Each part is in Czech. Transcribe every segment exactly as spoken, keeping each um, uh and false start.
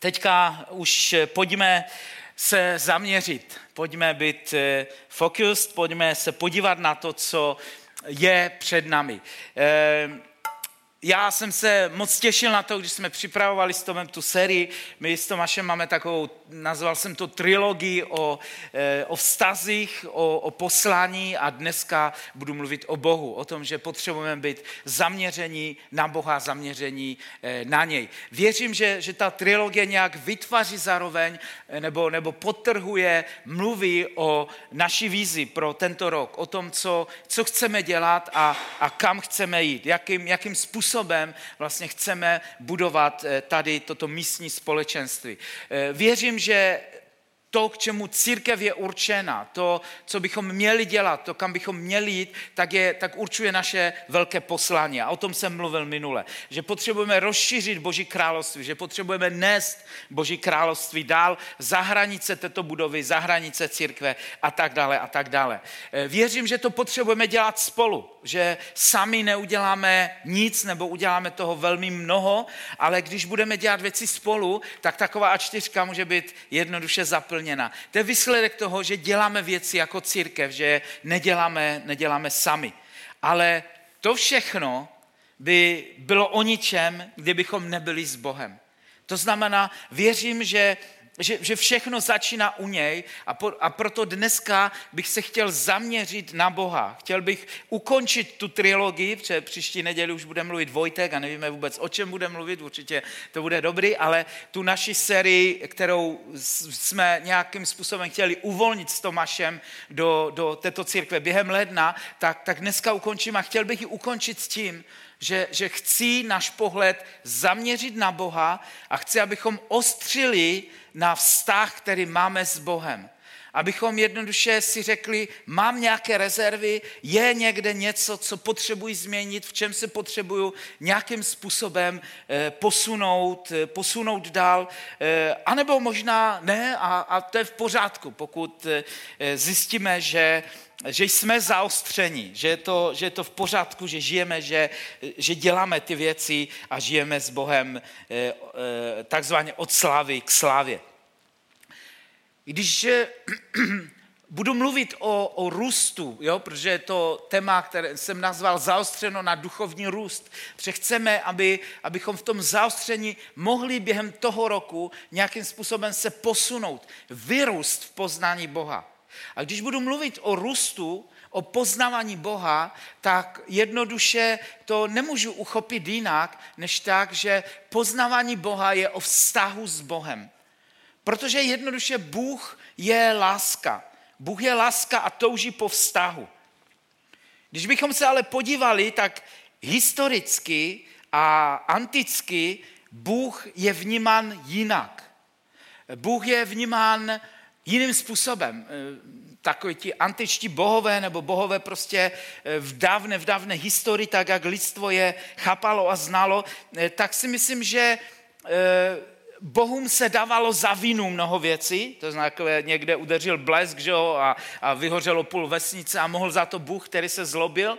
teďka už pojďme se zaměřit, pojďme být focused, pojďme se podívat na to, co je před námi. Já jsem se moc těšil na to, když jsme připravovali s Tomem tu sérii. My s Tomášem máme takovou, nazval jsem to trilogii o, o vztazích, o, o poslání a dneska budu mluvit o Bohu, o tom, že potřebujeme být zaměření na Boha, zaměření na něj. Věřím, že, že ta trilogie nějak vytváří zároveň nebo, nebo podtrhuje, mluví o naší vizi pro tento rok, o tom, co, co chceme dělat a, a kam chceme jít, jakým, jakým způsobem způsobem vlastně chceme budovat tady toto místní společenství. Věřím, že to, k čemu církev je určena, to, co bychom měli dělat, to, kam bychom měli jít, tak, je, tak určuje naše velké poslání. A o tom jsem mluvil minule. Že potřebujeme rozšířit Boží království, že potřebujeme nést Boží království dál za hranice této budovy, za hranice církve a tak dále a tak dále. Věřím, že to potřebujeme dělat spolu, že sami neuděláme nic nebo uděláme toho velmi mnoho, ale když budeme dělat věci spolu, tak taková á čtyřka může být jednoduše zaplněna. To je výsledek toho, že děláme věci jako církev, že neděláme, neděláme sami. Ale to všechno by bylo o ničem, kdybychom nebyli s Bohem. To znamená, věřím, že Že, že všechno začíná u něj a, po, a proto dneska bych se chtěl zaměřit na Boha. Chtěl bych ukončit tu trilogii, protože příští neděli už bude mluvit Vojtek a nevíme vůbec, o čem bude mluvit, určitě to bude dobrý, ale tu naši sérii, kterou jsme nějakým způsobem chtěli uvolnit s Tomášem do, do této církve během ledna, tak, tak dneska ukončím a chtěl bych ji ukončit s tím, Že, že chci náš pohled zaměřit na Boha a chci, abychom ostřili na vztah, který máme s Bohem. Abychom jednoduše si řekli, mám nějaké rezervy, je někde něco, co potřebuji změnit, v čem se potřebuju nějakým způsobem posunout, posunout dál, anebo možná ne a, a to je v pořádku, pokud zjistíme, že že jsme zaostřeni, že je to, že je to v pořádku, že žijeme, že, že děláme ty věci a žijeme s Bohem eh, eh, takzvaně od slávy k slávě. Když eh, budu mluvit o, o růstu, jo, protože je to téma, které jsem nazval zaostřeno na duchovní růst, protože chceme, aby, abychom v tom zaostření mohli během toho roku nějakým způsobem se posunout, vyrůst v poznání Boha. A když budu mluvit o růstu, o poznávání Boha, tak jednoduše to nemůžu uchopit jinak, než tak, že poznávání Boha je o vztahu s Bohem. Protože jednoduše Bůh je láska. Bůh je láska a touží po vztahu. Když bychom se ale podívali, tak historicky a anticky Bůh je vnímán jinak. Bůh je vnímán jiným způsobem. Takoví ti antičtí bohové nebo bohové prostě v dávné, v dávné historii, tak jak lidstvo je chápalo a znalo, tak si myslím, že bohům se dávalo za vinu mnoho věcí, to znamená, někde udeřil blesk, že jo, a, a vyhořelo půl vesnice a mohl za to Bůh, který se zlobil,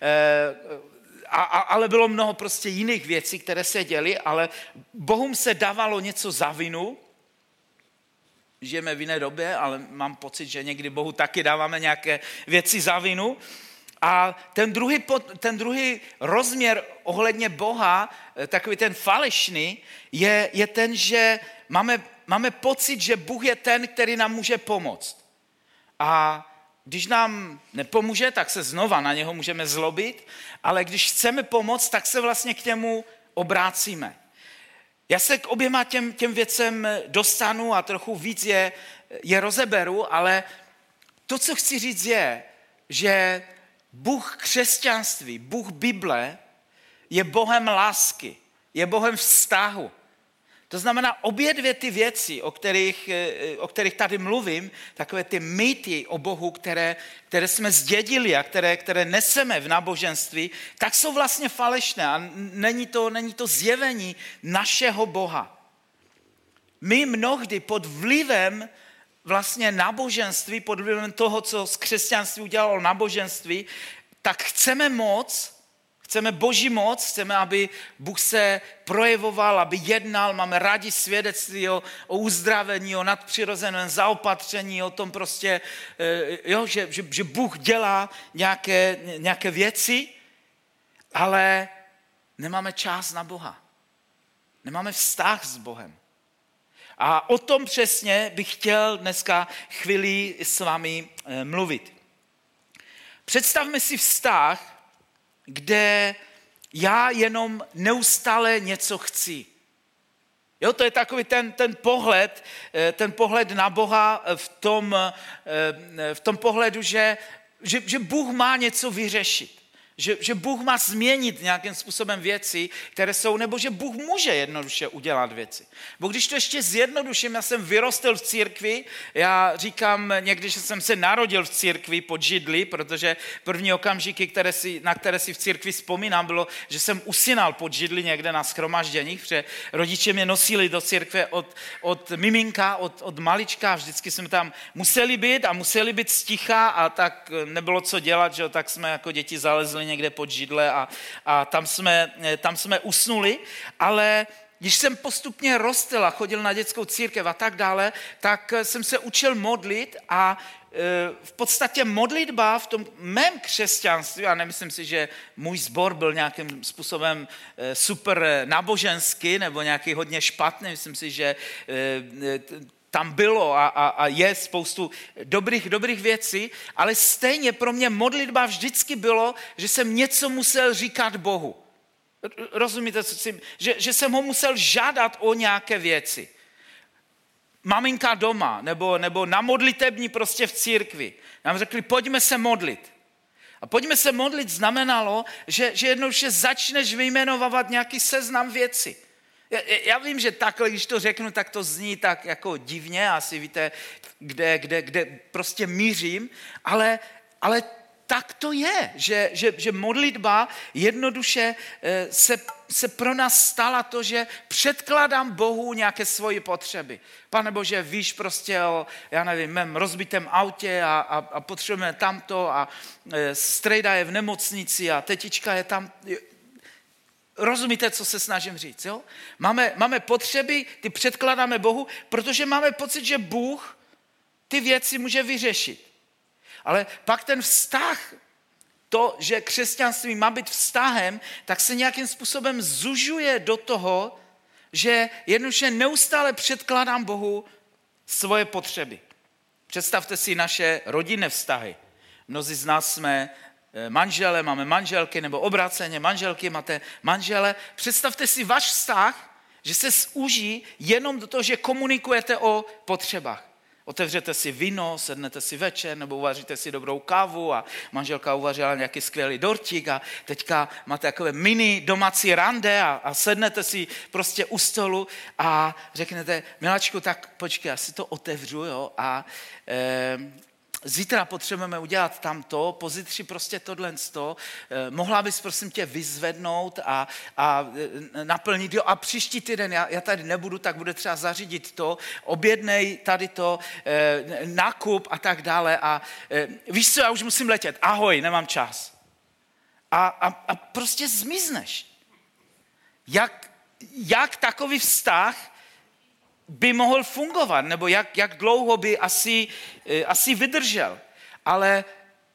a, a, ale bylo mnoho prostě jiných věcí, které se děly, ale bohům se dávalo něco za vinu. Žijeme v jiné době, ale mám pocit, že někdy Bohu taky dáváme nějaké věci za vinu. A ten druhý, ten druhý rozměr ohledně Boha, takový ten falešný, je, je ten, že máme, máme pocit, že Bůh je ten, který nám může pomoct. A když nám nepomůže, tak se znova na něho můžeme zlobit, ale když chceme pomoct, tak se vlastně k němu obrácíme. Já se k oběma těm, těm věcem dostanu a trochu víc je, je rozeberu, ale to, co chci říct, je, že Bůh křesťanství, Bůh Bible je Bohem lásky, je Bohem vztahu. To znamená, obě dvě ty věci, o kterých, o kterých tady mluvím, takové ty mýty o Bohu, které, které jsme zdědili a které, které neseme v náboženství, tak jsou vlastně falešné a není to, není to zjevení našeho Boha. My mnohdy pod vlivem vlastně náboženství, pod vlivem toho, co z křesťanství udělalo náboženství, tak chceme moc, Chceme Boží moc, chceme, aby Bůh se projevoval, aby jednal, máme rádi svědectví o, o uzdravení, o nadpřirozeném zaopatření, o tom prostě, jo, že, že, že Bůh dělá nějaké, nějaké věci, ale nemáme čas na Boha. Nemáme vztah s Bohem. A o tom přesně bych chtěl dneska chvíli s vámi mluvit. Představme si vztah, kde já jenom neustále něco chci. Jo, to je takový ten, ten pohled, ten pohled na Boha v tom, v tom pohledu, že, že, že Bůh má něco vyřešit. Že, že Bůh má změnit nějakým způsobem věci, které jsou, nebo že Bůh může jednoduše udělat věci. Bo když to ještě zjednoduším, já jsem vyrostl v církvi, já říkám někdy, že jsem se narodil v církvi pod židli, protože první okamžiky, které si, na které si v církvi vzpomínám, bylo, že jsem usínal pod židli někde na shromažděních, protože rodiče mě nosili do církve od, od miminka, od, od malička, vždycky jsme tam museli být a museli být sticha a tak nebylo co dělat, že tak jsme jako děti zalezli někde pod židle a, a tam, jsme, tam jsme usnuli, ale když jsem postupně rostl a chodil na dětskou církev a tak dále, tak jsem se učil modlit a v podstatě modlitba v tom mém křesťanství, a nemyslím si, že můj sbor byl nějakým způsobem super náboženský nebo nějaký hodně špatný, myslím si, že tam bylo a, a, a je spoustu dobrých, dobrých věcí, ale stejně pro mě modlitba vždycky bylo, že jsem něco musel říkat Bohu. Rozumíte, co si, že, že jsem ho musel žádat o nějaké věci. Maminka doma, nebo, nebo na modlitební prostě v církvi. Nám řekli, pojďme se modlit. A pojďme se modlit znamenalo, že, že jednoduše začneš vyjmenovávat nějaký seznam věcí. Já vím, že takhle, když to řeknu, tak to zní tak jako divně, asi víte, kde, kde, kde prostě mířím, ale, ale tak to je, že, že, že modlitba jednoduše se, se pro nás stala to, že předkládám Bohu nějaké svoje potřeby. Pane Bože, víš prostě o, já nevím, mém rozbitém autě a, a, a potřebujeme tamto a strejda je v nemocnici a tetička je tam. Rozumíte, co se snažím říct? Jo? Máme, máme potřeby, ty předkládáme Bohu, protože máme pocit, že Bůh ty věci může vyřešit. Ale pak ten vztah, to, že křesťanství má být vztahem, tak se nějakým způsobem zužuje do toho, že jednoduše neustále předkládám Bohu svoje potřeby. Představte si naše rodinné vztahy. Mnozí z nás jsme manžele, máme manželky, nebo obráceně manželky, máte manžele. Představte si váš vztah, že se zúží jenom do toho, že komunikujete o potřebách. Otevřete si víno, sednete si večer, nebo uvaříte si dobrou kávu a manželka uvařila nějaký skvělý dortík a teďka máte takové mini domácí rande a, a sednete si prostě u stolu a řeknete, miláčku, tak počkej, já si to otevřu, jo, a e, zítra potřebujeme udělat tamto, pozítří prostě tohle sto, mohla bys prosím tě vyzvednout a, a naplnit, jo, a příští týden já, já tady nebudu, tak bude třeba zařídit to, objednej tady to, eh, nákup a tak dále a eh, víš co, já už musím letět, ahoj, nemám čas. A, a, a prostě zmizneš. Jak, jak takový vztah by mohl fungovat, nebo jak, jak dlouho by asi, asi vydržel. Ale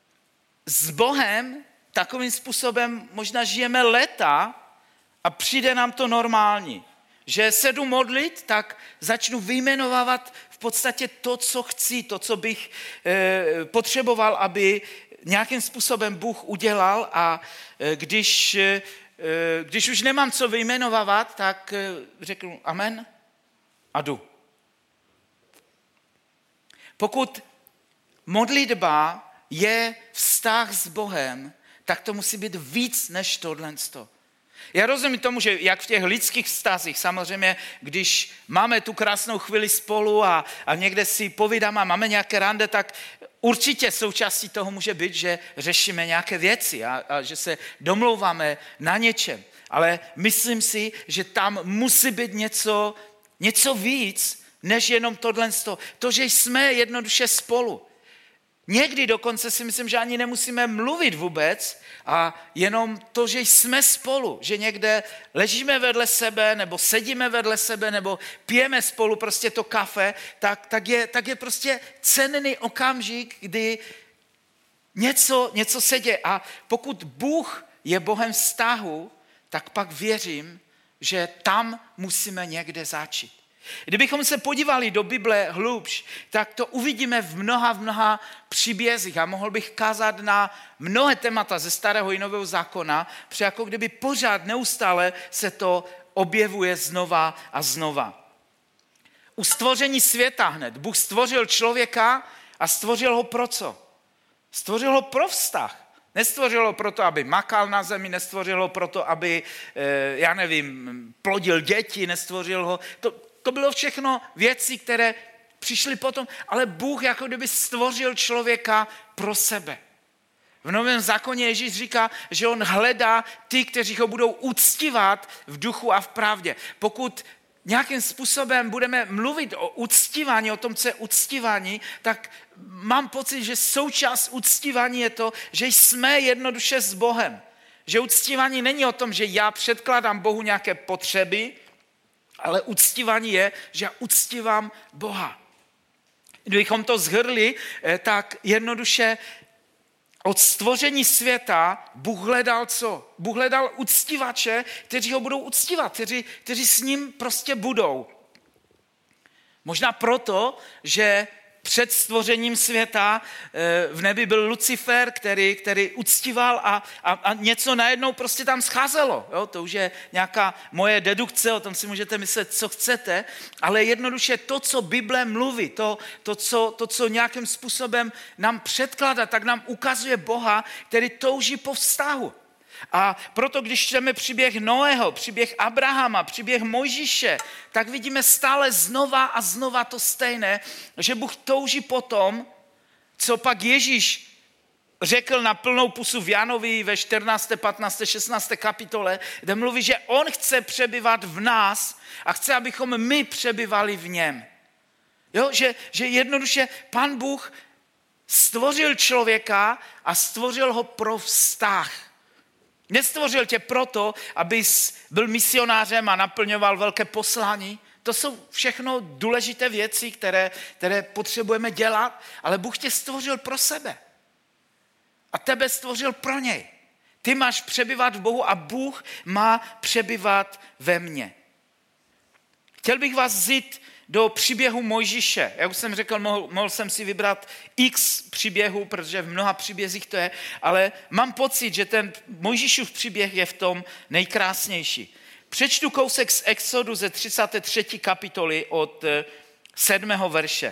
s Bohem takovým způsobem možná žijeme léta a přijde nám to normální. Že se jdu modlit, tak začnu vyjmenovávat v podstatě to, co chci, to, co bych eh, potřeboval, aby nějakým způsobem Bůh udělal a eh, když, eh, když už nemám co vyjmenovávat, tak eh, řeknu amen. A jdu. Pokud modlitba je vztah s Bohem, tak to musí být víc než tohle. Já rozumím tomu, že jak v těch lidských vztazích, samozřejmě, když máme tu krásnou chvíli spolu a, a někde si povídáme a máme nějaké rande, tak určitě součástí toho může být, že řešíme nějaké věci a, a že se domlouváme na něčem. Ale myslím si, že tam musí být něco Něco víc, než jenom tohle. To, že jsme jednoduše spolu. Někdy dokonce si myslím, že ani nemusíme mluvit vůbec a jenom to, že jsme spolu, že někde ležíme vedle sebe nebo sedíme vedle sebe nebo pijeme spolu prostě to kafe, tak, tak, je, tak je prostě cenný okamžik, kdy něco, něco se děje. A pokud Bůh je Bohem vztahu, tak pak věřím, že tam musíme někde začít. Kdybychom se podívali do Bible hlubš, tak to uvidíme v mnoha, v mnoha příbězích a mohl bych kázat na mnohé témata ze Starého i Nového zákona, protože jako kdyby pořád neustále se to objevuje znova a znova. U stvoření světa hned. Bůh stvořil člověka a stvořil ho pro co? Stvořil ho pro vztah. Nestvořil ho proto, aby makal na zemi, nestvořil ho proto, aby, já nevím, plodil děti, nestvořil ho. To, to bylo všechno věci, které přišly potom, ale Bůh jako kdyby stvořil člověka pro sebe. V Novém zákoně Ježíš říká, že on hledá ty, kteří ho budou uctívat v duchu a v pravdě. Pokud nějakým způsobem budeme mluvit o uctívání, o tom, co je uctívání, tak mám pocit, že součást uctívání je to, že jsme jednoduše s Bohem. Že uctívání není o tom, že já předkládám Bohu nějaké potřeby, ale uctívání je, že já uctívám Boha. Kdybychom to shrnuli, tak jednoduše od stvoření světa Bůh hledal co? Bůh hledal uctívače, kteří ho budou uctívat, kteří, kteří s ním prostě budou. Možná proto, že před stvořením světa v nebi byl Lucifer, který, který uctíval a, a, a něco najednou prostě tam scházelo. Jo? To už je nějaká moje dedukce, o tom si můžete myslet, co chcete, ale jednoduše to, co Bible mluví, to, to, co, to, co nějakým způsobem nám předkládá, tak nám ukazuje Boha, který touží po vztahu. A proto, když čteme příběh Noého, příběh Abrahama, příběh Mojžíše, tak vidíme stále znova a znova to stejné, že Bůh touží po tom, co pak Ježíš řekl na plnou pusu v Janovi ve čtrnácté, patnácté, šestnácté kapitole, kde mluví, že on chce přebyvat v nás a chce, abychom my přebyvali v něm. Jo? Že, že jednoduše Pán Bůh stvořil člověka a stvořil ho pro vztah. Nestvořil tě proto, abys byl misionářem a naplňoval velké poslání. To jsou všechno důležité věci, které, které potřebujeme dělat, ale Bůh tě stvořil pro sebe. A tebe stvořil pro něj. Ty máš přebyvat v Bohu a Bůh má přebyvat ve mně. Chtěl bych vás vzít do příběhu Mojžíše. Jak už jsem řekl, mohl, mohl jsem si vybrat x příběhů, protože v mnoha příbězích to je, ale mám pocit, že ten Mojžíšův příběh je v tom nejkrásnější. Přečtu kousek z Exodu ze třicáté třetí kapitoly od sedmého verše.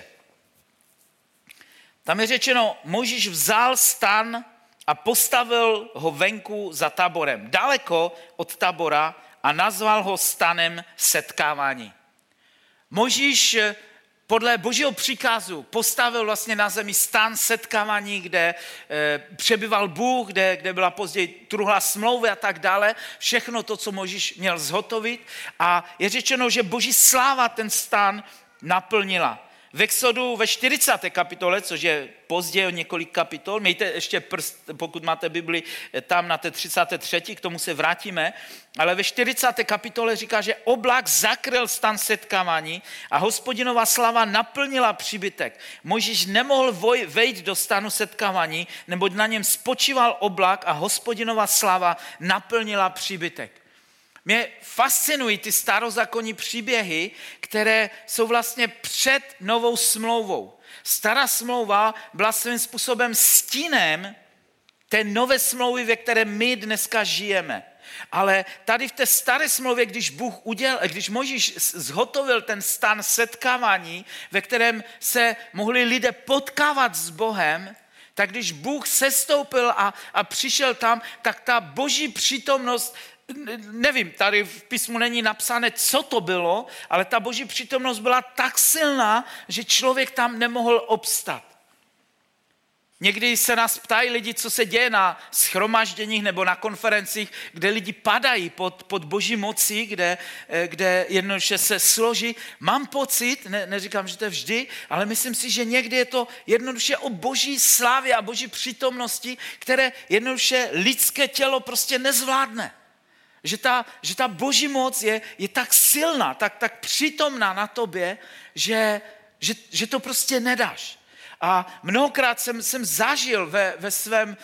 Tam je řečeno, Mojžíš vzal stan a postavil ho venku za táborem, daleko od tábora a nazval ho stanem setkávání. Mojžíš podle Božího příkazu postavil vlastně na zemi stan setkávání, kde e, přebyval Bůh, kde, kde byla později truhla smlouvy a tak dále. Všechno to, co Mojžíš měl zhotovit. A je řečeno, že Boží sláva ten stan naplnila. V Exodu ve čtyřicáté kapitole, což je později několik kapitol, mějte ještě prst, pokud máte Bibli, tam na té třicáté třetí, k tomu se vrátíme, ale ve čtyřicáté kapitole říká, že oblak zakryl stan setkávání a Hospodinova sláva naplnila příbytek. Mojžíš nemohl voj, vejít do stanu setkávání, neboť na něm spočíval oblak a Hospodinova sláva naplnila příbytek. Mě fascinují ty starozákonní příběhy, které jsou vlastně před novou smlouvou. Stará smlouva byla svým způsobem stínem té nové smlouvy, ve které my dneska žijeme. Ale tady v té staré smlouvě, když Bůh udělal, když Mojžíš zhotovil ten stan setkávání, ve kterém se mohli lidé potkávat s Bohem, tak když Bůh sestoupil a, a přišel tam, tak ta boží přítomnost, nevím, tady v písmu není napsané, co to bylo, ale ta boží přítomnost byla tak silná, že člověk tam nemohl obstat. Někdy se nás ptají lidi, co se děje na shromažděních nebo na konferencích, kde lidi padají pod, pod boží mocí, kde, kde jednoduše se složí. Mám pocit, ne, neříkám, že to je vždy, ale myslím si, že někdy je to jednoduše o boží slávě a boží přítomnosti, které jednoduše lidské tělo prostě nezvládne. Že ta, že ta boží moc je, je tak silná, tak, tak přítomná na tobě, že, že, že to prostě nedáš. A mnohokrát jsem, jsem zažil ve, ve, svém,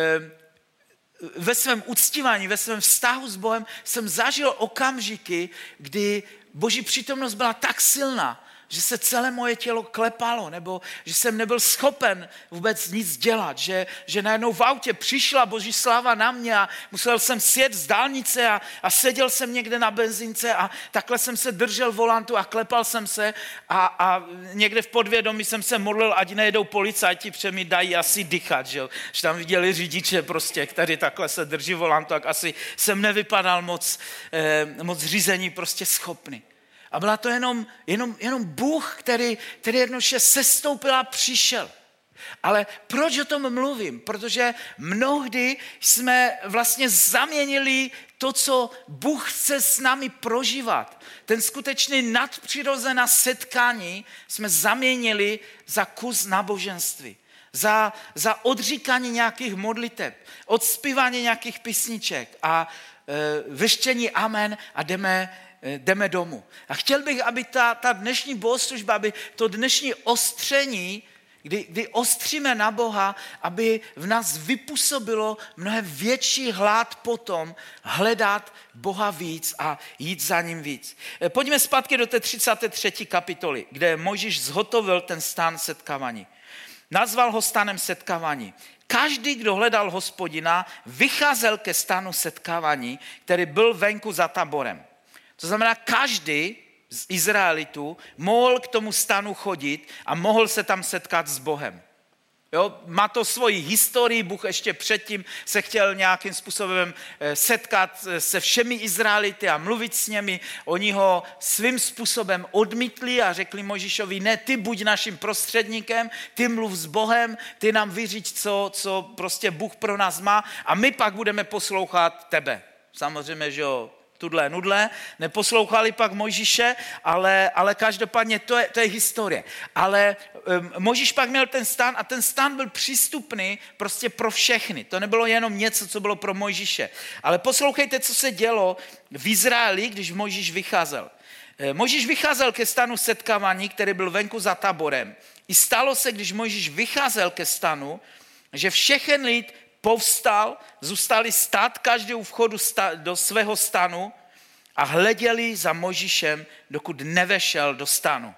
ve svém uctívání, ve svém vztahu s Bohem, jsem zažil okamžiky, kdy boží přítomnost byla tak silná, že se celé moje tělo klepalo, nebo že jsem nebyl schopen vůbec nic dělat, že, že najednou v autě přišla boží sláva na mě a musel jsem sjet z dálnice a, a seděl jsem někde na benzince a takhle jsem se držel volantu a klepal jsem se a, a někde v podvědomí jsem se modlil, ať nejedou policajti, protože mi dají asi dýchat, že, že tam viděli řidiče prostě, který takhle se drží volantu, tak asi jsem nevypadal moc, eh, moc řízení prostě schopný. A byla to jenom, jenom, jenom Bůh, který, který jednoduše sestoupil a přišel. Ale proč o tom mluvím? Protože mnohdy jsme vlastně zaměnili to, co Bůh chce s námi prožívat. Ten skutečný nadpřirozená setkání jsme zaměnili za kus náboženství. Za, za odříkání nějakých modliteb, odspívání nějakých písniček a e, vyštění amen a jdeme jdeme domů. A chtěl bych, aby ta, ta dnešní bohoslužba, aby to dnešní ostření, kdy, kdy ostříme na Boha, aby v nás vypůsobilo mnohem větší hlad potom hledat Boha víc a jít za ním víc. Pojďme zpátky do té třicáté třetí kapitoly, kde Mojžíš zhotovil ten stán setkávání. Nazval ho stanem setkávání. Každý, kdo hledal Hospodina, vycházel ke stanu setkávání, který byl venku za táborem. To znamená, každý z Izraelitů mohl k tomu stanu chodit a mohl se tam setkat s Bohem. Jo? Má to svoji historii, Bůh ještě předtím se chtěl nějakým způsobem setkat se všemi Izraelity a mluvit s nimi. Oni ho svým způsobem odmítli a řekli Mojžíšovi, ne, ty buď naším prostředníkem, ty mluv s Bohem, ty nám vyříč, co, co prostě Bůh pro nás má a my pak budeme poslouchat tebe. Samozřejmě, že jo, tudle nudle, neposlouchali pak Mojžíše, ale, ale každopádně to je, to je historie. Ale um, Mojžíš pak měl ten stán a ten stán byl přístupný prostě pro všechny. To nebylo jenom něco, co bylo pro Mojžíše. Ale poslouchejte, co se dělo v Izraeli, když Mojžíš vycházel. Mojžíš vycházel ke stanu setkávání, který byl venku za táborem. I stalo se, když Mojžíš vycházel ke stanu, že všechen lid povstal, zůstali stát každý u vchodu do svého stanu a hleděli za Mojžíšem, dokud nevešel do stanu.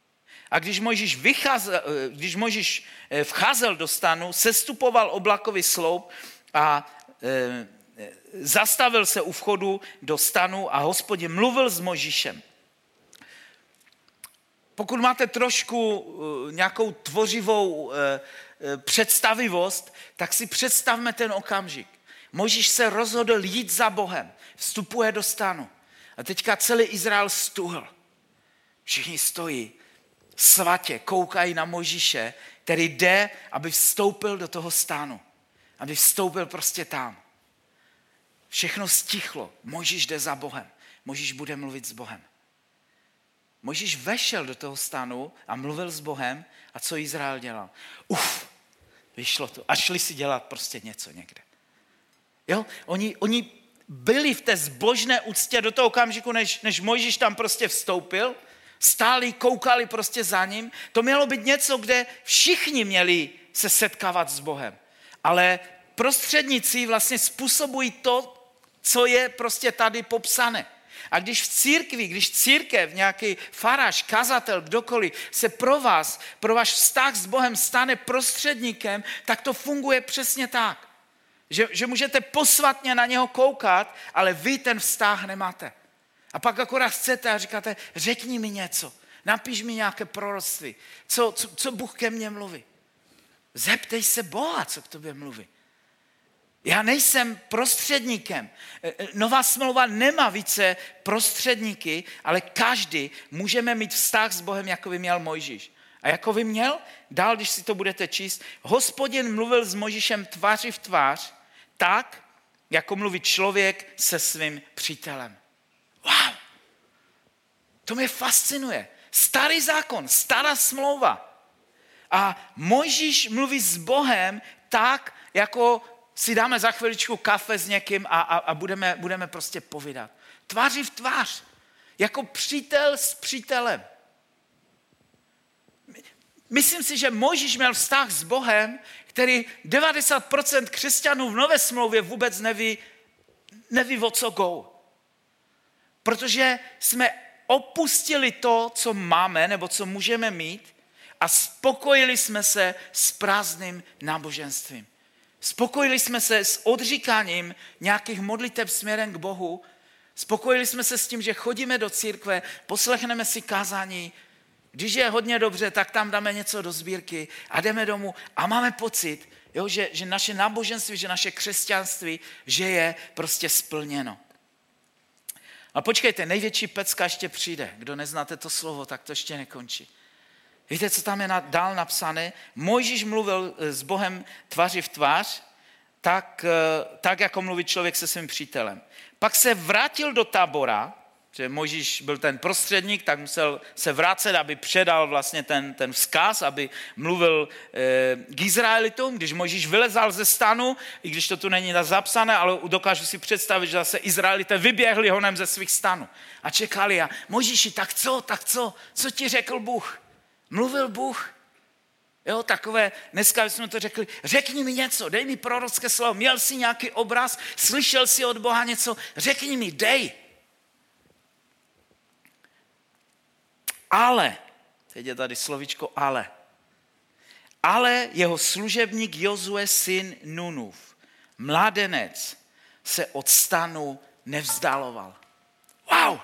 A když Mojžíš, vycházel, když Mojžíš vcházel do stanu, sestupoval oblakový sloup a e, zastavil se u vchodu do stanu a Hospodin mluvil s Mojžíšem. Pokud máte trošku nějakou tvořivou představivost, tak si představme ten okamžik. Mojžíš se rozhodl jít za Bohem, vstupuje do stanu. A teďka celý Izrael stuhl. Všichni stojí svatě, koukají na Mojžíše, který jde, aby vstoupil do toho stánu. Aby vstoupil prostě tam. Všechno stichlo. Mojžíš jde za Bohem. Mojžíš bude mluvit s Bohem. Mojžíš vešel do toho stanu a mluvil s Bohem a co Izrael dělal? Uf, vyšlo to. A šli si dělat prostě něco někde. Jo? Oni, oni byli v té zbožné úctě do toho okamžiku, než, než Mojžíš tam prostě vstoupil, stáli, koukali prostě za ním. To mělo být něco, kde všichni měli se setkávat s Bohem. Ale prostředníci vlastně způsobují to, co je prostě tady popsané. A když v církvi, když církev, nějaký farář, kazatel, kdokoliv se pro vás, pro váš vztah s Bohem stane prostředníkem, tak to funguje přesně tak. Že, že můžete posvatně na něho koukat, ale vy ten vztah nemáte. A pak akorát chcete a říkáte, řekni mi něco, napiš mi nějaké proroctví, co, co, co Bůh ke mně mluví. Zeptej se Boha, co k tobě mluví. Já nejsem prostředníkem. Nová smlouva nemá více prostředníky, ale každý můžeme mít vztah s Bohem, jako by měl Mojžíš. A jako by měl, dál, když si to budete číst, Hospodin mluvil s Mojžíšem tváři v tvář, tak, jako mluví člověk se svým přítelem. Wow! To mě fascinuje. Starý zákon, stará smlouva. A Mojžíš mluví s Bohem tak, jako si dáme za chviličku kafe s někým a, a, a budeme, budeme prostě povídat. Tváři v tvář. Jako přítel s přítelem. Myslím si, že Mojžíš měl vztah s Bohem, který devadesát procent křesťanů v Nové smlouvě vůbec neví, neví o co go. Protože jsme opustili to, co máme nebo co můžeme mít a spokojili jsme se s prázdným náboženstvím. Spokojili jsme se s odříkáním nějakých modliteb směrem k Bohu. Spokojili jsme se s tím, že chodíme do církve, poslechneme si kázání. Když je hodně dobře, tak tam dáme něco do sbírky a jdeme domů a máme pocit, jo, že, že naše náboženství, že naše křesťanství, že je prostě splněno. A počkejte, největší pecka ještě přijde. Kdo neznáte to slovo, tak to ještě nekončí. Víte, co tam je dál napsané? Mojžíš mluvil s Bohem tváři v tvář, tak, tak jako mluví člověk se svým přítelem. Pak se vrátil do tábora, že Mojžíš byl ten prostředník, tak musel se vrátit, aby předal vlastně ten, ten vzkaz, aby mluvil e, k Izraelitům. Když Mojžíš vylezal ze stanu, i když to tu není zapsané, ale dokážu si představit, že zase Izraelité vyběhli honem ze svých stanů a čekali. A Mojžíši, tak co, tak co, co ti řekl Bůh? Mluvil Bůh? Jo, takové, dneska jsme to řekli, řekni mi něco, dej mi prorocké slovo, měl jsi nějaký obraz, slyšel jsi od Boha něco, řekni mi, dej. Ale, teď je tady slovíčko ale, ale jeho služebník Jozue, syn Nunův, mládenec, se od stanu nevzdaloval. Wow!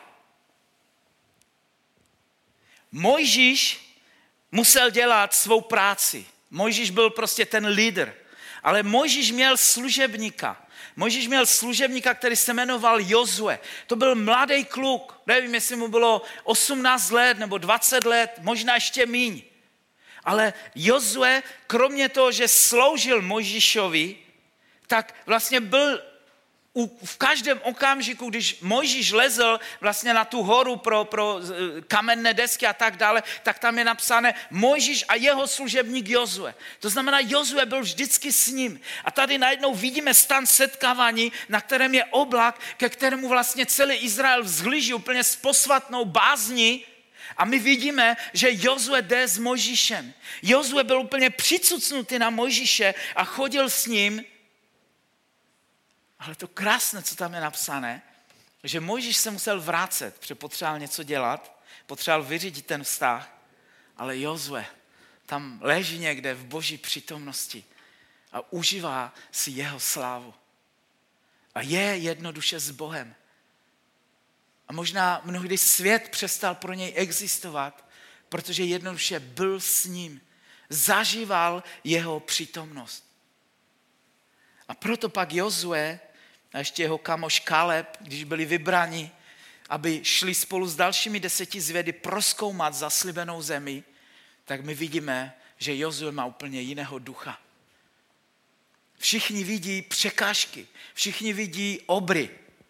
Mojžíš musel dělat svou práci. Mojžíš byl prostě ten lídr. Ale Mojžíš měl služebníka. Mojžíš měl služebníka, který se jmenoval Jozue. To byl mladý kluk. Nevím, jestli mu bylo osmnáct let nebo dvacet let, možná ještě míň. Ale Jozue, kromě toho, že sloužil Mojžíšovi, tak vlastně byl v každém okamžiku, když Mojžíš lezl vlastně na tu horu pro, pro kamenné desky a tak dále, tak tam je napsané Mojžíš a jeho služebník Jozue. To znamená, Jozue byl vždycky s ním. A tady najednou vidíme stan setkávání, na kterém je oblak, ke kterému vlastně celý Izrael vzhlíží úplně s posvatnou bázní. A my vidíme, že Jozue jde s Mojžíšem. Jozue byl úplně přicucnutý na Mojžíše a chodil s ním. Ale to krásné, co tam je napsané, že Mojžíš se musel vrátit, protože potřeboval něco dělat, potřeboval vyřídit ten vztah, ale Jozue tam leží někde v Boží přítomnosti a užívá si jeho slávu. A je jednoduše s Bohem. A možná mnohdy svět přestal pro něj existovat, protože jednoduše byl s ním, zažíval jeho přítomnost. A proto pak Jozue a ještě jeho kamoš Kaleb, když byli vybráni, aby šli spolu s dalšími deseti zvědy prozkoumat zaslíbenou zemi, tak my vidíme, že Jozue má úplně jiného ducha. Všichni vidí překážky, všichni vidí obry.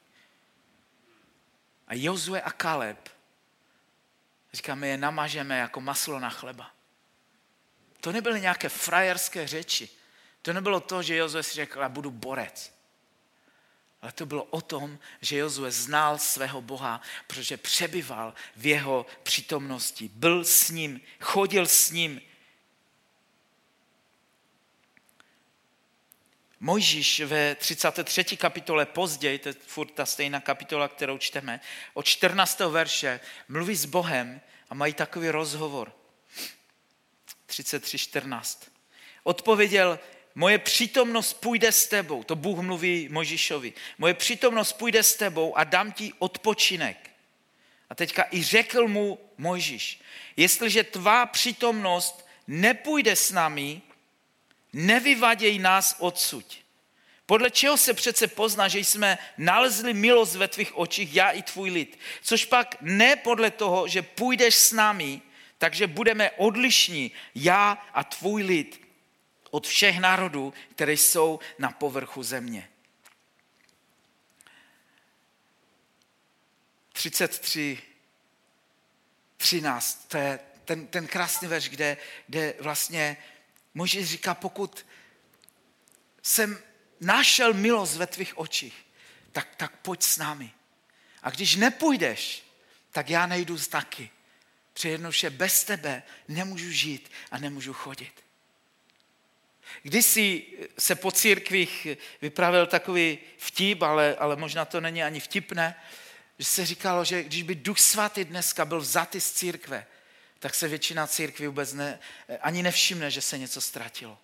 A Jozue a Kaleb, říkáme, je namažeme jako maslo na chleba. To nebyly nějaké frajerské řeči. To nebylo to, že Jozue si řekl, já budu borec. Ale to bylo o tom, že Jozue znal svého Boha, protože přebyval v jeho přítomnosti. Byl s ním, chodil s ním. Mojžíš ve třicáté třetí kapitole později, to je furt ta stejná kapitola, kterou čteme, od čtrnáctého verše mluví s Bohem a mají takový rozhovor. třicet tři čtrnáct. Odpověděl, moje přítomnost půjde s tebou, to Bůh mluví Mojžíšovi, moje přítomnost půjde s tebou a dám ti odpočinek. A teďka i řekl mu Mojžíš, jestliže tvá přítomnost nepůjde s námi, nevyvaděj nás odsud. Podle čeho se přece pozná, že jsme nalezli milost ve tvých očích, já i tvůj lid. Což pak ne podle toho, že půjdeš s námi, Takže budeme odlišní, já a tvůj lid, od všech národů, které jsou na povrchu země. třicet tři třináct, to je ten, ten krásný verš, kde, kde vlastně Mojžíš říká, pokud jsem našel milost ve tvých očích, tak, tak pojď s námi. A když nepůjdeš, tak já nejdu taky. Protože bez tebe nemůžu žít a nemůžu chodit. Kdysi se po církvích vyprávěl takový vtip, ale, ale možná to není ani vtipné, že se říkalo, že když by Duch Svatý dneska byl vzatý z církve, tak se většina církví vůbec ne, ani nevšimne, že se něco ztratilo.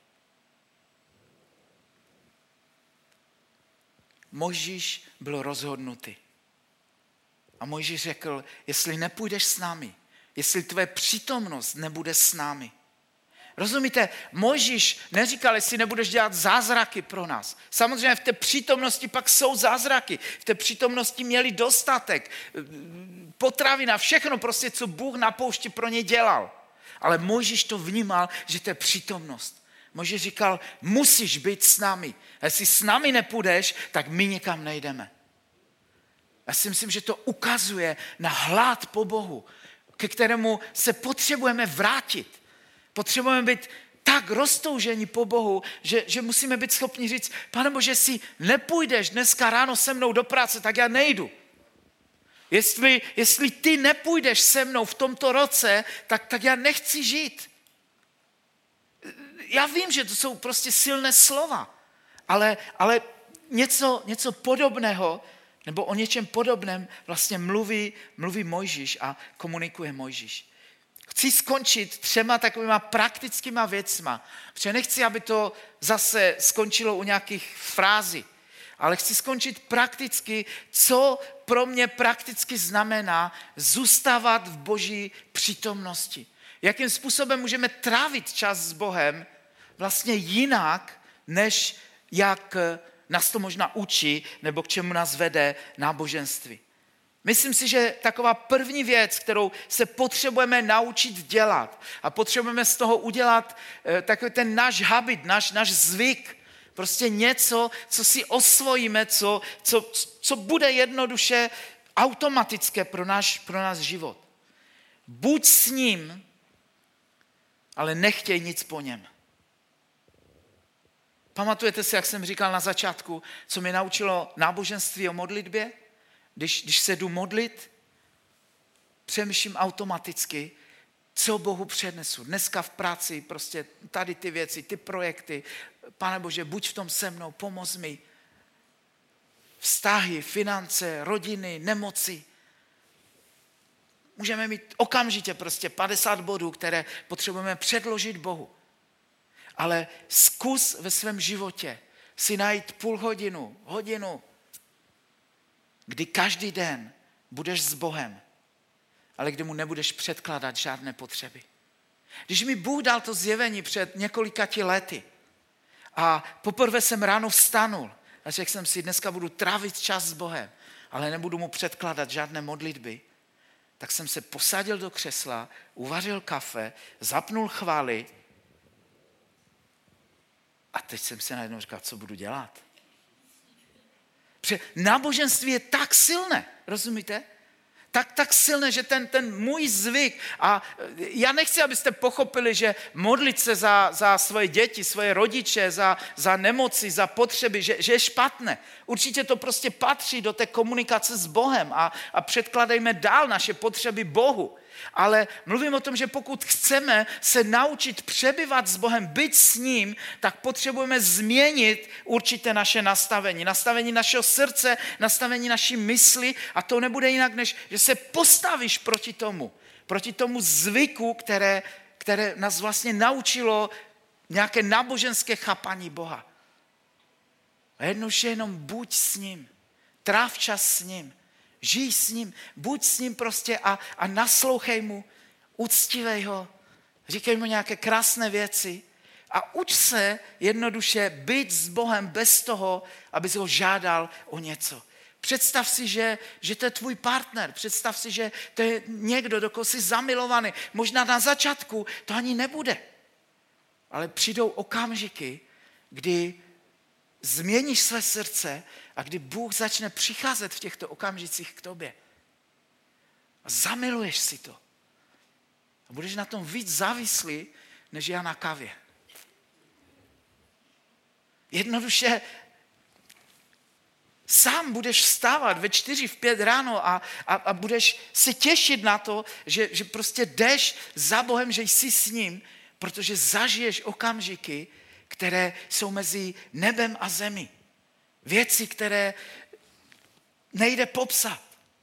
Mojžíš byl rozhodnutý. A Mojžíš řekl, jestli nepůjdeš s námi, jestli tvoje přítomnost nebude s námi. Rozumíte, Mojžíš neříkal, jestli nebudeš dělat zázraky pro nás. Samozřejmě v té přítomnosti pak jsou zázraky. V té přítomnosti měli dostatek, potravina, všechno prostě, co Bůh na poušti pro ně dělal. Ale Mojžíš to vnímal, že to je přítomnost. Mojžíš říkal, musíš být s námi. A jestli s námi nepůjdeš, tak my nikam nejdeme. Já si myslím, že to ukazuje na hlad po Bohu, ke kterému se potřebujeme vrátit. Potřebujeme být tak roztoužení po Bohu, že, že musíme být schopni říct, Pane Bože, jestli nepůjdeš dneska ráno se mnou do práce, tak já nejdu. Jestli, jestli ty nepůjdeš se mnou v tomto roce, tak, tak já nechci žít. Já vím, že to jsou prostě silné slova, ale, ale něco, něco podobného, nebo o něčem podobném vlastně mluví, mluví Mojžíš a komunikuje Mojžíš. Chci skončit třema takovýma praktickýma věcma, protože nechci, aby to zase skončilo u nějakých frází, ale chci skončit prakticky, co pro mě prakticky znamená zůstávat v Boží přítomnosti. Jakým způsobem můžeme trávit čas s Bohem vlastně jinak, než jak nás to možná učí, nebo k čemu nás vede náboženství. Myslím si, že taková první věc, kterou se potřebujeme naučit dělat a potřebujeme z toho udělat takový ten náš habit, náš, náš zvyk, prostě něco, co si osvojíme, co, co, co bude jednoduše automatické pro náš, pro náš život. Buď s ním, ale nechtěj nic po něm. Pamatujete si, jak jsem říkal na začátku, co mě naučilo náboženství o modlitbě? Když, když se jdu modlit, přemýšlím automaticky, co Bohu přednesu. Dneska v práci, prostě tady ty věci, ty projekty. Pane Bože, buď v tom se mnou, pomoz mi. Vztahy, finance, rodiny, nemoci. Můžeme mít okamžitě prostě padesát bodů, které potřebujeme předložit Bohu. Ale zkus ve svém životě si najít půl hodinu, hodinu, kdy každý den budeš s Bohem, ale kdy mu nebudeš předkládat žádné potřeby. Když mi Bůh dal to zjevení před několikati lety a poprvé jsem ráno vstanul a řekl jsem si, dneska budu trávit čas s Bohem, ale nebudu mu předkládat žádné modlitby, tak jsem se posadil do křesla, uvařil kafe, zapnul chvály a teď jsem se najednou říkal, co budu dělat. Protože náboženství je tak silné, rozumíte? Tak, tak silné, že ten, ten můj zvyk, a já nechci, abyste pochopili, že modlit se za, za svoje děti, svoje rodiče, za, za nemoci, za potřeby, že, že je špatné. Určitě to prostě patří do té komunikace s Bohem a, a předkladejme dál naše potřeby Bohu. Ale mluvím o tom, že pokud chceme se naučit přebyvat s Bohem, být s ním, tak potřebujeme změnit určité naše nastavení. Nastavení našeho srdce, nastavení naší mysli a to nebude jinak, než že se postavíš proti tomu. Proti tomu zvyku, které, které nás vlastně naučilo nějaké náboženské chápání Boha. A jednoduše jenom buď s ním, tráv čas s ním. Žij s ním, buď s ním prostě a, a naslouchej mu, uctívej ho, říkej mu nějaké krásné věci a uč se jednoduše být s Bohem bez toho, abys ho žádal o něco. Představ si, že, že to je tvůj partner. Představ si, že to je někdo, do koho jsi zamilovaný. Možná na začátku to ani nebude. Ale přijdou okamžiky, kdy změníš své srdce a kdy Bůh začne přicházet v těchto okamžicích k tobě. A zamiluješ si to. A budeš na tom víc závislý, než já na kavě. Jednoduše sám budeš vstávat ve čtyři, v pět ráno a, a, a budeš se těšit na to, že, že prostě jdeš za Bohem, že jsi s ním, protože zažiješ okamžiky, které jsou mezi nebem a zemí. Věci, které nejde popsat.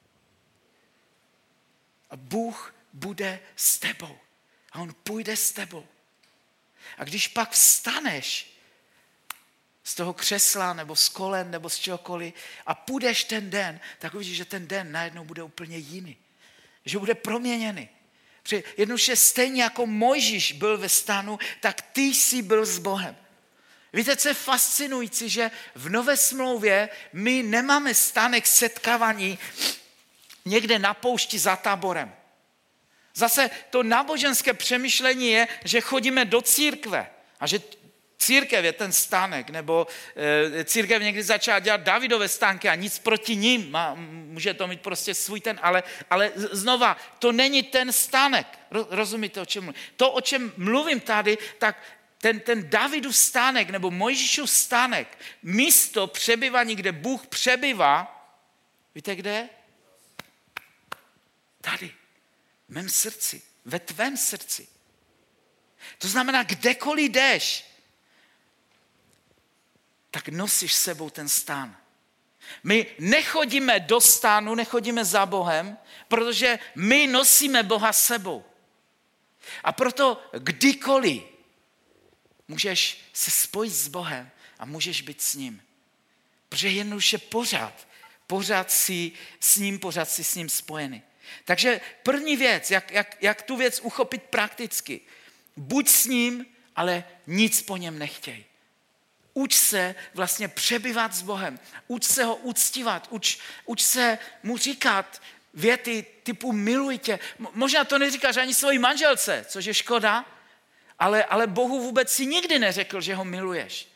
A Bůh bude s tebou. A on půjde s tebou. A když pak vstaneš z toho křesla, nebo z kolen, nebo z čehokoliv a půjdeš ten den, tak uvidíš, že ten den najednou bude úplně jiný. Že bude proměněný. Protože jednoduše stejně jako Mojžíš byl ve stanu, tak ty jsi byl s Bohem. Víte, co je fascinující, že v Nové smlouvě my nemáme stánek setkávání někde na poušti za táborem. Zase to náboženské přemýšlení je, že chodíme do církve a že církev je ten stánek, nebo e, církev někdy začala dělat Davidové stánky a nic proti ním, má, může to mít prostě svůj ten, ale, ale znova, to není ten stánek, rozumíte, o čem mluvím? To, o čem mluvím tady, tak ten, ten Davidův stánek, nebo Mojžíšův stánek, místo přebývání, kde Bůh přebývá, víte kde? Tady, v mém srdci, ve tvém srdci. To znamená, kdekoliv jdeš, tak nosíš s sebou ten stán. My nechodíme do stánu, nechodíme za Bohem, protože my nosíme Boha s sebou. A proto kdykoliv můžeš se spojit s Bohem a můžeš být s ním. Protože jednoduše pořád, pořád si s ním, pořád si s ním spojený. Takže první věc, jak, jak, jak tu věc uchopit prakticky. Buď s ním, ale nic po něm nechtěj. Uč se vlastně přebývat s Bohem. Uč se ho uctívat. Uč, uč se mu říkat věty typu miluji tě. Možná to neříkáš ani svojí manželce, což je škoda, ale, ale Bohu vůbec si nikdy neřekl, že ho miluješ.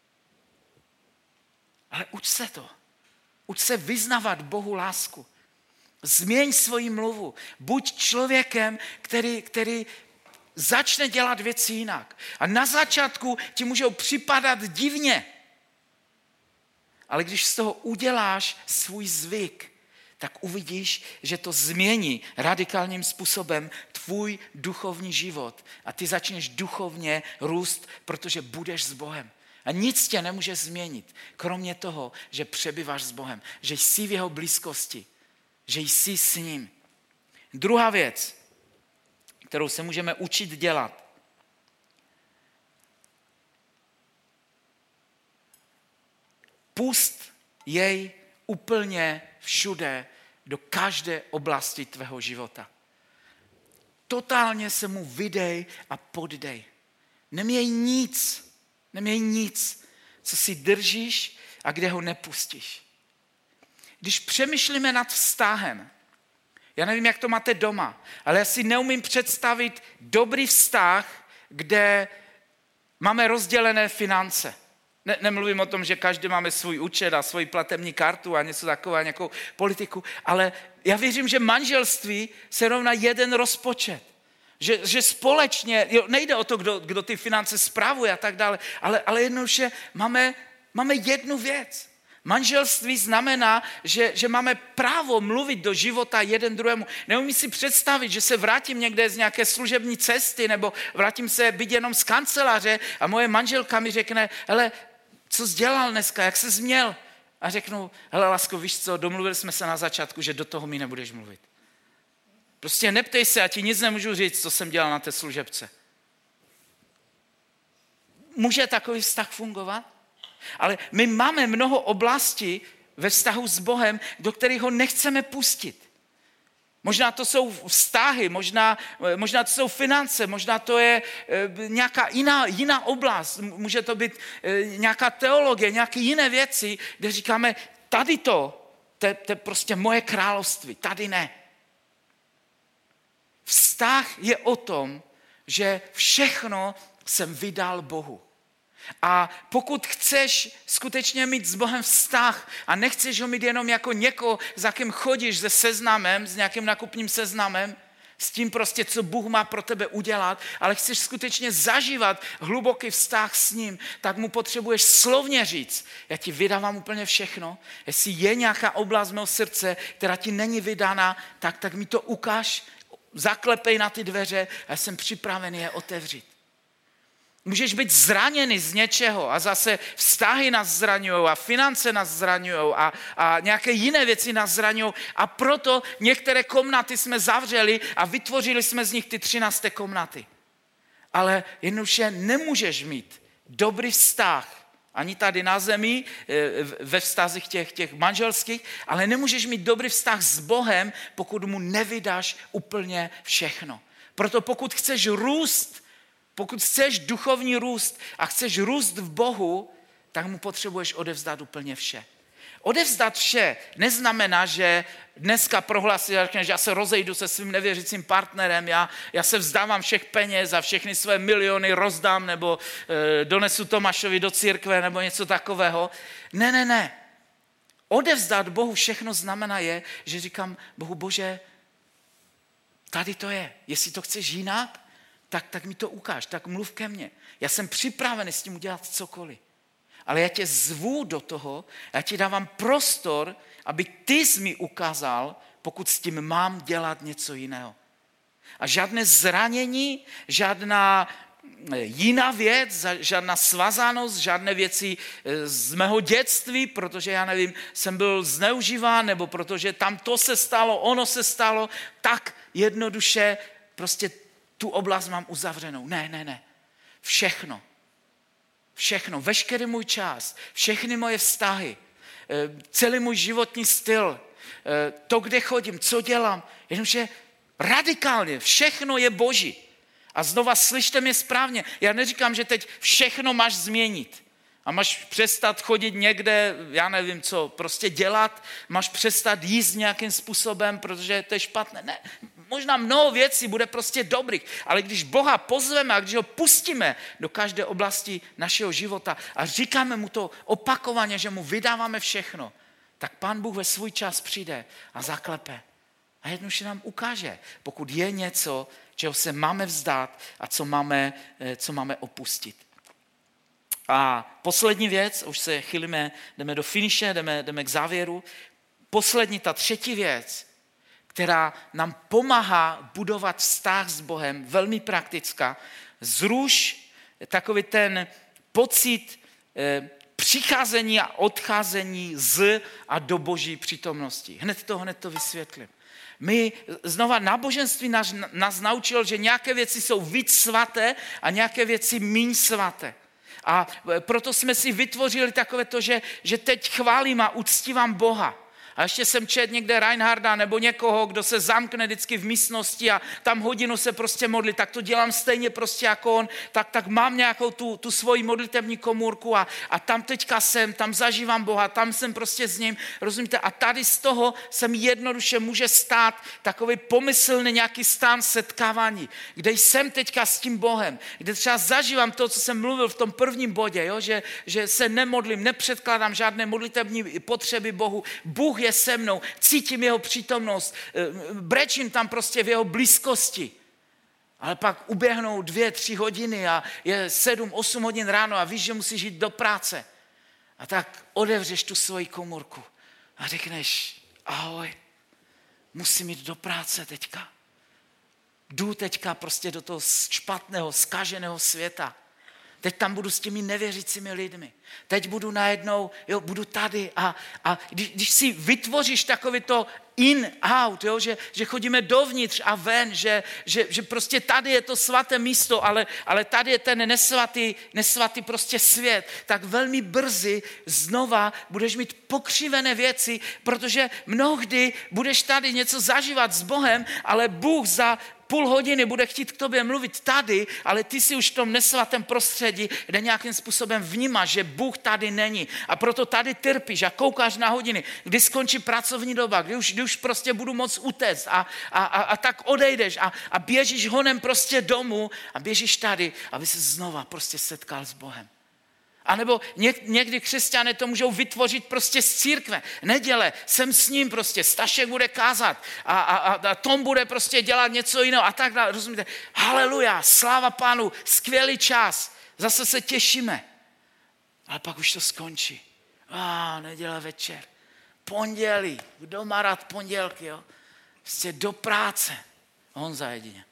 Ale uč se to. Uč se vyznavat Bohu lásku. Změň svoji mluvu. Buď člověkem, který, který začne dělat věci jinak. A na začátku ti můžou připadat divně. Ale když z toho uděláš svůj zvyk, tak uvidíš, že to změní radikálním způsobem tvůj duchovní život. A ty začneš duchovně růst, protože budeš s Bohem. A nic tě nemůže změnit, kromě toho, že přebýváš s Bohem, že jsi v jeho blízkosti, že jsi s ním. Druhá věc, kterou se můžeme učit dělat. Pust jej úplně všude, do každé oblasti tvého života. Totálně se mu vydej a poddej. Neměj nic, neměj nic, co si držíš a kde ho nepustíš. Když přemýšlíme nad vztahem, já nevím, jak to máte doma, ale já si neumím představit dobrý vztah, kde máme rozdělené finance. Ne, nemluvím o tom, že každý máme svůj účet a svoji platební kartu a něco takové, nějakou politiku, ale já věřím, že manželství se rovná jeden rozpočet. Že, že společně, jo, nejde o to, kdo, kdo ty finance spravuje a tak dále, ale, ale jednoduše máme, máme jednu věc. Manželství znamená, že, že máme právo mluvit do života jeden druhému. Neumím si představit, že se vrátím někde z nějaké služební cesty nebo vrátím se být jenom z kanceláře a moje manželka mi řekne, hele, co jsi dělal dneska, jak jsi měl? A řeknu, hele, lásko, víš co, domluvili jsme se na začátku, že do toho mi nebudeš mluvit. Prostě neptej se, já ti nic nemůžu říct, co jsem dělal na té služebce. Může takový vztah fungovat? Ale my máme mnoho oblastí ve vztahu s Bohem, do kterých ho nechceme pustit. Možná to jsou vztahy, možná, možná to jsou finance, možná to je nějaká jiná, jiná oblast, může to být nějaká teologie, nějaké jiné věci, kde říkáme, tady to to je, to je prostě moje království, tady ne. Vztah je o tom, že všechno jsem vydal Bohu. A pokud chceš skutečně mít s Bohem vztah a nechceš ho mít jenom jako někoho, za kým chodíš se seznamem, s nějakým nakupním seznamem, s tím prostě, co Bůh má pro tebe udělat, ale chceš skutečně zažívat hluboký vztah s ním, tak mu potřebuješ slovně říct, já ti vydávám úplně všechno, jestli je nějaká oblast mého srdce, která ti není vydána, tak, tak mi to ukáž, zaklepej na ty dveře a jsem připravený je otevřít. Můžeš být zraněný z něčeho a zase vztahy nás zraňují a finance nás zraňují a, a nějaké jiné věci nás zraňují a proto některé komnaty jsme zavřeli a vytvořili jsme z nich ty třinácté komnaty. Ale jednoduše nemůžeš mít dobrý vztah ani tady na zemi, ve vztazích těch, těch manželských, ale nemůžeš mít dobrý vztah s Bohem, pokud mu nevydáš úplně všechno. Proto pokud chceš růst, pokud chceš duchovní růst a chceš růst v Bohu, tak mu potřebuješ odevzdat úplně vše. Odevzdat vše neznamená, že dneska prohlásí, že já se rozejdu se svým nevěřícím partnerem, já, já se vzdávám všech peněz a všechny své miliony rozdám nebo e, donesu Tomášovi do církve nebo něco takového. Ne, ne, ne. Odevzdat Bohu všechno znamená je, že říkám Bohu, Bože, tady to je. Jestli to chceš jinak, tak, tak mi to ukáž, tak mluv ke mně. Já jsem připravený s tím udělat cokoliv. Ale já tě zvu do toho, já ti dávám prostor, aby ty jsi mi ukázal, pokud s tím mám dělat něco jiného. A žádné zranění, žádná jiná věc, žádná svazanost, žádné věci z mého dětství, protože já nevím, jsem byl zneužíván, nebo protože tam to se stalo, ono se stalo, tak jednoduše prostě tu oblast mám uzavřenou. Ne, ne, ne. Všechno. Všechno. Veškerý můj čas, všechny moje vztahy, celý můj životní styl, to, kde chodím, co dělám, jenomže radikálně, všechno je Boží. A znova slyšte mě správně. Já neříkám, že teď všechno máš změnit. A máš přestat chodit někde, já nevím co, prostě dělat, máš přestat jíst nějakým způsobem, protože to je špatné. Ne, možná mnoho věcí bude prostě dobrých, ale když Boha pozveme a když ho pustíme do každé oblasti našeho života a říkáme mu to opakovaně, že mu vydáváme všechno, tak Pán Bůh ve svůj čas přijde a zaklepe. A jednoduše nám ukáže, pokud je něco, čeho se máme vzdát a co máme, co máme opustit. A poslední věc, už se chylíme, jdeme do finiše, jdeme, jdeme k závěru. Poslední, ta třetí věc, která nám pomáhá budovat vztah s Bohem, velmi praktická. Zruš takový ten pocit eh, přicházení a odcházení z a do Boží přítomnosti. Hned to, hned to vysvětlím. My znova náboženství nás, nás naučilo, že nějaké věci jsou víc svaté a nějaké věci míň svaté. A proto jsme si vytvořili takové to, že, že teď chválím a uctívám Boha. A ještě jsem četl někde Reinharda nebo někoho, kdo se zamkne vždycky v místnosti a tam hodinu se prostě modlí, tak to dělám stejně prostě jako on, tak, tak mám nějakou tu, tu svoji modlitevní komůrku a, a tam teďka jsem, tam zažívám Boha, tam jsem prostě s ním, rozumíte? A tady z toho se mi jednoduše může stát takový pomyslný nějaký stán setkávání, kde jsem teďka s tím Bohem, kde třeba zažívám to, co jsem mluvil v tom prvním bodě, jo? Že, že se nemodlím, nepředkládám žádné modlitevní potřeby Bohu, Bůh je se mnou, cítím jeho přítomnost, brečím tam prostě v jeho blízkosti. Ale pak uběhnou dvě, tři hodiny a je sedm, osm hodin ráno a víš, že musíš jít do práce. A tak otevřeš tu svoji komůrku a řekneš, ahoj, musím jít do práce teďka. Jdu teďka prostě do toho špatného, zkaženého světa. Teď tam budu s těmi nevěřícími lidmi. Teď budu najednou, jo, budu tady a, a když, když si vytvoříš takový to in, out, jo, že, že chodíme dovnitř a ven, že, že, že prostě tady je to svaté místo, ale, ale tady je ten nesvatý, nesvatý prostě svět, tak velmi brzy znova budeš mít pokřivené věci, protože mnohdy budeš tady něco zažívat s Bohem, ale Bůh za půl hodiny bude chtít k tobě mluvit tady, ale ty si už v tom nesvatém prostředí, kde nějakým způsobem vnímáš, že Bůh tady není. A proto tady trpíš a koukáš na hodiny, kdy skončí pracovní doba, kdy už, kdy už prostě budu moc utéct a, a, a, a tak odejdeš a, a běžíš honem prostě domů a běžíš tady, aby se znova prostě setkal s Bohem. A nebo někdy křesťané to můžou vytvořit prostě z církve. Neděle, jsem s ním prostě, Stašek bude kázat a, a, a Tom bude prostě dělat něco jiného a tak dále. Rozumíte? Haleluja, sláva Pánu, skvělý čas, zase se těšíme. Ale pak už to skončí. A neděle večer, pondělí, kdo má rád pondělky, jo? Prostě do práce. Honza jedině.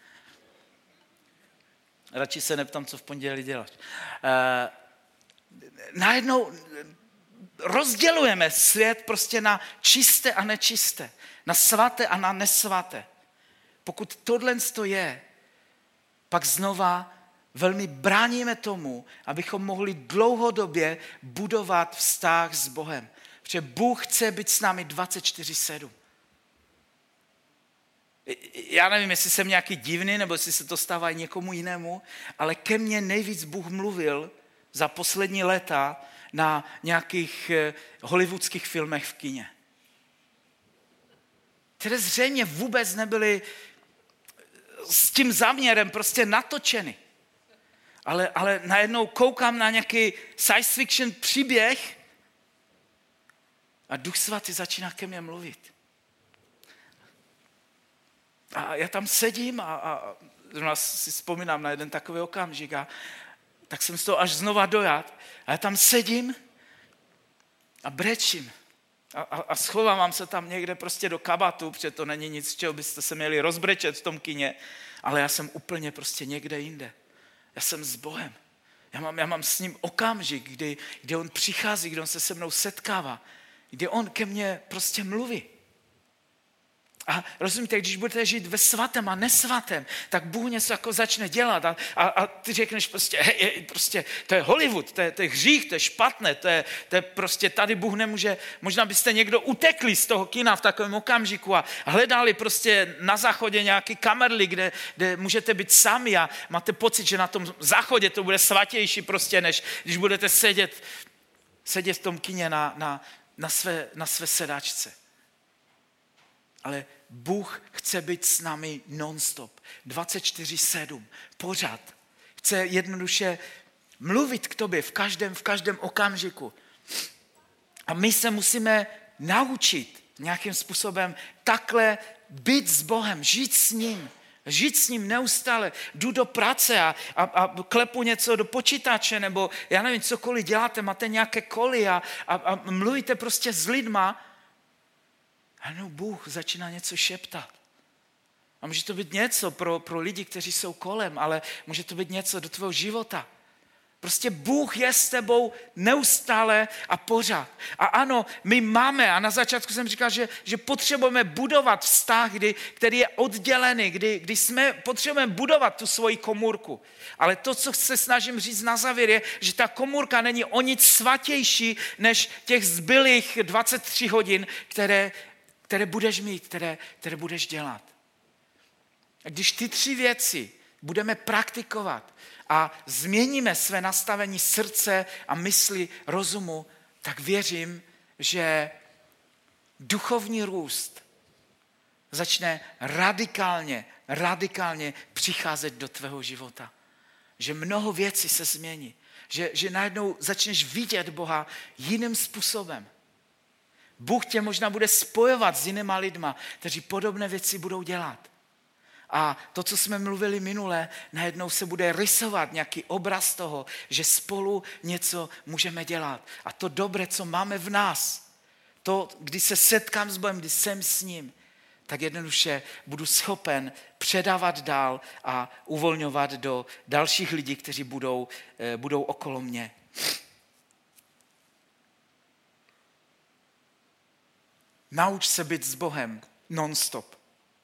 Radši se neptám, co v pondělí děláš. Uh, najednou rozdělujeme svět prostě na čisté a nečisté, na svaté a na nesvaté. Pokud tohle je, pak znova velmi bráníme tomu, abychom mohli dlouhodobě budovat vztah s Bohem. Protože Bůh chce být s námi dvacet čtyři sedm. Já nevím, jestli jsem nějaký divný, nebo jestli se to stává i někomu jinému, ale ke mně nejvíc Bůh mluvil za poslední léta na nějakých hollywoodských filmech v kině, které zřejmě vůbec nebyly s tím záměrem prostě natočeny. Ale, ale najednou koukám na nějaký science fiction příběh a Duch Svatý začíná ke mně mluvit. A já tam sedím a, a si vzpomínám na jeden takový okamžik a tak jsem z toho až znova dojat. A já tam sedím a brečím. A, a, a schovávám se tam někde prostě do kabatu, protože to není nic, z čeho byste se měli rozbrečet v tom kině, ale já jsem úplně prostě někde jinde. Já jsem s Bohem. Já mám, já mám s ním okamžik, kdy, kdy on přichází, kdy on se se mnou setkává, kdy on ke mně prostě mluví. A rozumíte, když budete žít ve svatém a nesvatém, tak Bůh něco jako začne dělat a, a, a ty řekneš prostě, hej, prostě, to je Hollywood, to je, to je hřích, to je špatné, to je, to je prostě, tady Bůh nemůže, možná byste někdo utekli z toho kina v takovém okamžiku a hledali prostě na záchodě nějaký kamerly, kde, kde můžete být sami a máte pocit, že na tom záchodě to bude svatější prostě, než když budete sedět, sedět v tom kině na, na, na, své, na své sedačce. Ale Bůh chce být s námi non-stop, dvacet čtyři sedm, pořád. Chce jednoduše mluvit k tobě v každém, v každém okamžiku. A my se musíme naučit nějakým způsobem takhle být s Bohem, žít s ním. Žít s ním neustále. Jdu do práce a, a, a klepu něco do počítače, nebo já nevím, cokoliv děláte, máte nějaké koly a, a, a mluvíte prostě s lidma. A no, Bůh začíná něco šeptat. A může to být něco pro, pro lidi, kteří jsou kolem, ale může to být něco do tvého života. Prostě Bůh je s tebou neustále a pořád. A ano, my máme, a na začátku jsem říkal, že, že potřebujeme budovat vztah, kdy, který je oddělený, kdy, kdy jsme, potřebujeme budovat tu svoji komůrku. Ale to, co se snažím říct na závěr, je, že ta komůrka není o nic svatější, než těch zbylých dvacet tři hodin, které, které budeš mít, které, které budeš dělat. A když ty tři věci budeme praktikovat a změníme své nastavení srdce a mysli, rozumu, tak věřím, že duchovní růst začne radikálně, radikálně přicházet do tvého života. Že mnoho věcí se změní. Že, že najednou začneš vidět Boha jiným způsobem. Bůh tě možná bude spojovat s jinýma lidma, kteří podobné věci budou dělat. A to, co jsme mluvili minule, najednou se bude rysovat nějaký obraz toho, že spolu něco můžeme dělat. A to dobré, co máme v nás, to, když se setkám s Bohem, když jsem s ním, tak jednoduše budu schopen předávat dál a uvolňovat do dalších lidí, kteří budou, budou okolo mě. Nauč se být s Bohem non-stop.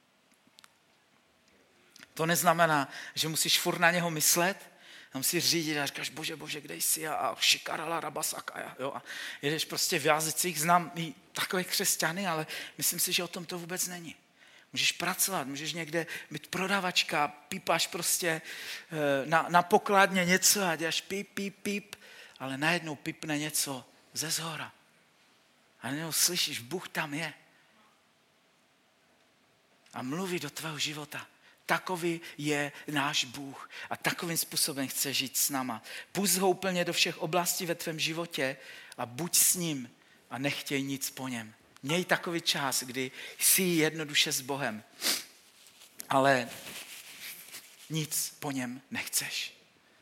To neznamená, že musíš furt na něho myslet, a musíš řídit a říkáš, bože, bože, kde jsi? A, a šikarala rabasaka. Jo? A jedeš prostě v jazycích, znám i takové křesťany, ale myslím si, že o tom to vůbec není. Můžeš pracovat, můžeš někde být prodavačka, pípáš prostě na, na pokladně něco a děláš píp, píp, píp, ale najednou pípne něco ze zhora. A najednou slyšíš, Bůh tam je. A mluví do tvého života. Takový je náš Bůh a takovým způsobem chce žít s náma. Pusť ho úplně do všech oblastí ve tvém životě a buď s ním a nechtěj nic po něm. Měj takový čas, kdy jsi jednoduše s Bohem, ale nic po něm nechceš.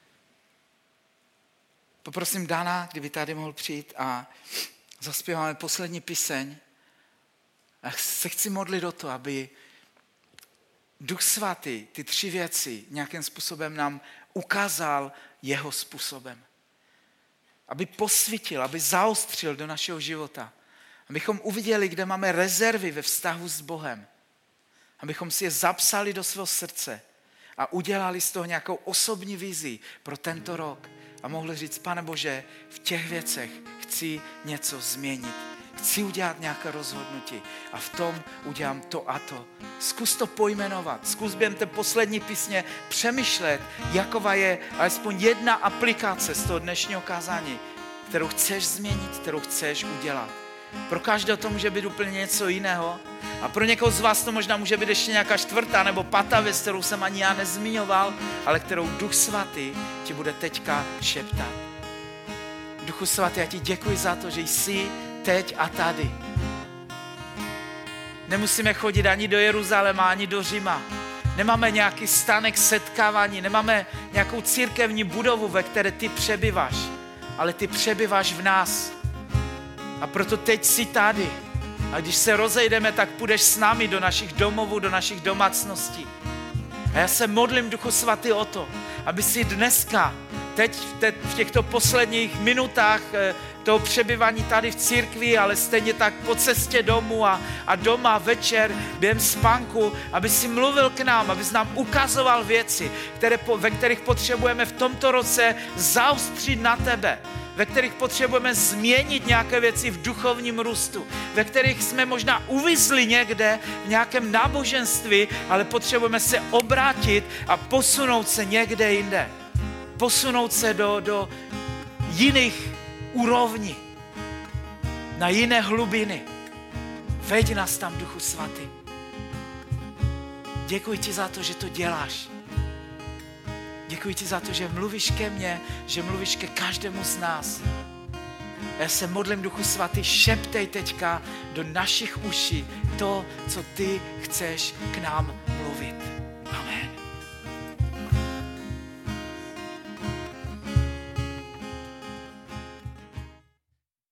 Poprosím Dana, kdyby tady mohl přijít a zaspíváme poslední píseň. A se chci modlit o to, aby Duch Svatý ty tři věci nějakým způsobem nám ukázal jeho způsobem. Aby posvítil, aby zaostřil do našeho života. Abychom uviděli, kde máme rezervy ve vztahu s Bohem. Abychom si je zapsali do svého srdce a udělali z toho nějakou osobní vizi pro tento rok. A mohli říct, Pane Bože, v těch věcech chci něco změnit. Chci udělat nějaké rozhodnutí a v tom udělám to a to. Zkus to pojmenovat. Zkus během té poslední písně přemýšlet, jaková je alespoň jedna aplikace z toho dnešního kázání, kterou chceš změnit, kterou chceš udělat. Pro každého to může být úplně něco jiného a pro někoho z vás to možná může být ještě nějaká čtvrtá nebo pátá věc, kterou jsem ani já nezmiňoval, ale kterou Duch Svatý ti bude teďka šeptat. Duchu Svatý, já ti děkuji za to, že jsi teď a tady. Nemusíme chodit ani do Jeruzaléma, ani do Říma. Nemáme nějaký stanek setkávání, nemáme nějakou církevní budovu, ve které ty přebyváš, ale ty přebyváš v nás. A proto teď jsi tady. A když se rozejdeme, tak půjdeš s námi do našich domovů, do našich domácností. A já se modlím, Duchu Svatý, o to, aby si dneska, teď v těchto posledních minutách toho přebyvání tady v církvi, ale stejně tak po cestě domů a, a doma večer během spánku, aby si mluvil k nám, aby jsi nám ukazoval věci, které, ve kterých potřebujeme v tomto roce zaostřit na tebe, ve kterých potřebujeme změnit nějaké věci v duchovním růstu, ve kterých jsme možná uvízli někde v nějakém náboženství, ale potřebujeme se obrátit a posunout se někde jinde. Posunout se do, do jiných úrovní, na jiné hlubiny. Veď nás tam, Duchu Svatý. Děkuji ti za to, že to děláš. Děkuji ti za to, že mluvíš ke mně, že mluvíš ke každému z nás. Já se modlím, Duchu Svatý, šeptej teďka do našich uší to, co ty chceš k nám mluvit.